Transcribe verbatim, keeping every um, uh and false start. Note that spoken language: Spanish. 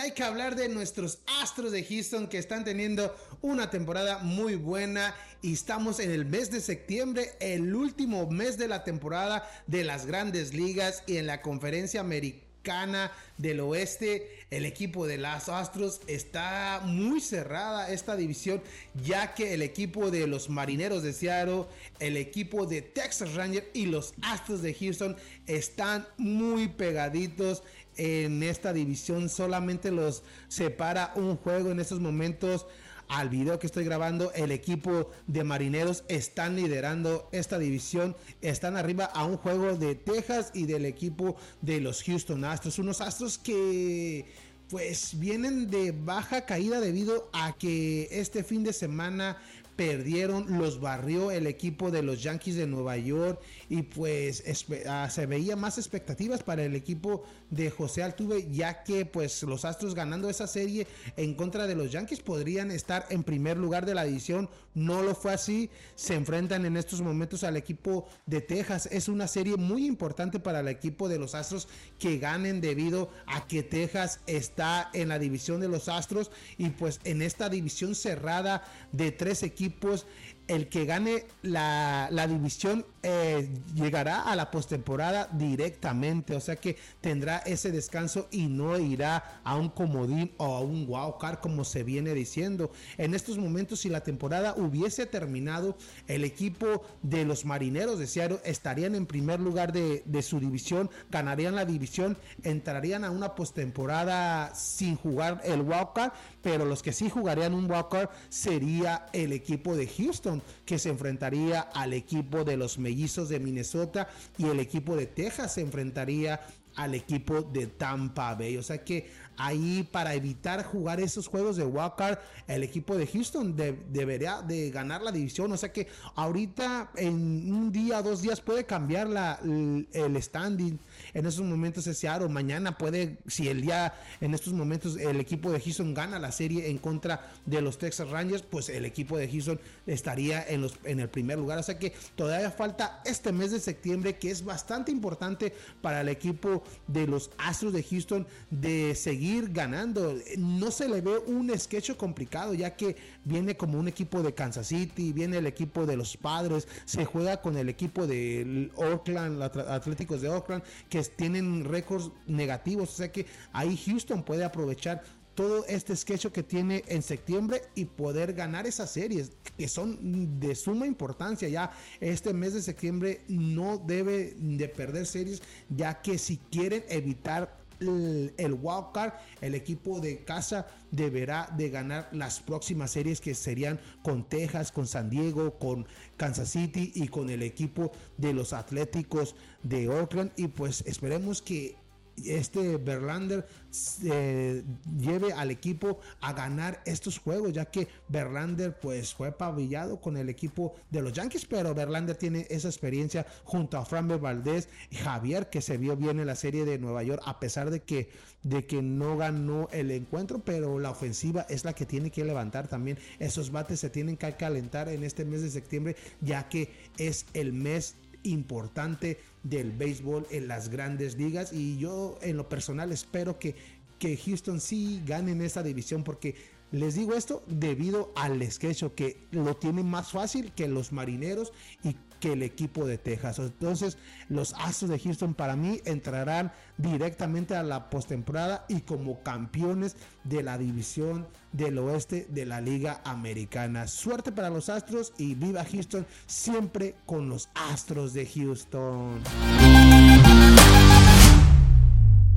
hay que hablar de nuestros Astros de Houston que están teniendo una temporada muy buena y estamos en el mes de septiembre, el último mes de la temporada de las grandes ligas y en la conferencia americana del oeste. El equipo de los Astros está muy cerrada esta división, ya que el equipo de los Marineros de Seattle, el equipo de Texas Rangers y los Astros de Houston están muy pegaditos en esta división. Solamente los separa un juego en estos momentos. Al video que estoy grabando, el equipo de Marineros están liderando esta división, están arriba a un juego de Texas y del equipo de los Houston Astros, unos Astros que pues vienen de baja caída debido a que este fin de semana perdieron, los barrió el equipo de los Yankees de Nueva York y pues uh, se veía más expectativas para el equipo de José Altuve, ya que pues los Astros ganando esa serie en contra de los Yankees podrían estar en primer lugar de la división. No lo fue así, se enfrentan en estos momentos al equipo de Texas. Es una serie muy importante para el equipo de los Astros que ganen, debido a que Texas está en la división de los Astros y pues en esta división cerrada de tres equipos, el que gane la, la división eh, llegará a la postemporada directamente, o sea que tendrá ese descanso y no irá a un comodín o a un wild card como se viene diciendo. En estos momentos, si la temporada hubiese terminado, el equipo de los Marineros de Seattle estarían en primer lugar de, de su división, ganarían la división, entrarían a una postemporada sin jugar el wild card, pero los que sí jugarían un wild card sería el equipo de Houston, que se enfrentaría al equipo de los Mellizos de Minnesota y el equipo de Texas se enfrentaría al equipo de Tampa Bay. O sea que ahí, para evitar jugar esos juegos de wild card, el equipo de Houston de, debería de ganar la división. O sea que ahorita en un día, dos días puede cambiar la, el, el standing. En esos momentos es Seattle, mañana puede, si el día, en estos momentos el equipo de Houston gana la serie en contra de los Texas Rangers, pues el equipo de Houston estaría en, los, en el primer lugar. O sea que todavía falta este mes de septiembre, que es bastante importante para el equipo de los Astros de Houston de seguir ganando. No se le ve un sketch complicado, ya que viene como un equipo de Kansas City, viene el equipo de los Padres, se juega con el equipo de Oakland, Atléticos de Oakland, que tienen récords negativos. O sea que ahí Houston puede aprovechar todo este sketch que tiene en septiembre y poder ganar esas series que son de suma importancia. Ya este mes de septiembre no debe de perder series, ya que si quieren evitar el, el wild card, el equipo de casa deberá de ganar las próximas series, que serían con Texas, con San Diego, con Kansas City y con el equipo de los Atléticos de Oakland. Y pues esperemos que este Verlander eh, lleve al equipo a ganar estos juegos, ya que Verlander pues fue pabellado con el equipo de los Yankees, pero Verlander tiene esa experiencia junto a Framber Valdez y Javier, que se vio bien en la serie de Nueva York, a pesar de que, de que no ganó el encuentro, pero la ofensiva es la que tiene que levantar también. Esos bates se tienen que calentar en este mes de septiembre, ya que es el mes importante del béisbol en las grandes ligas, y yo en lo personal espero que, que Houston sí gane en esta división, porque les digo esto debido al sketch que lo tienen más fácil que los Marineros y que el equipo de Texas. Entonces los Astros de Houston para mí entrarán directamente a la postemporada y como campeones de la división del oeste de la Liga Americana. Suerte para los Astros y viva Houston, siempre con los Astros de Houston.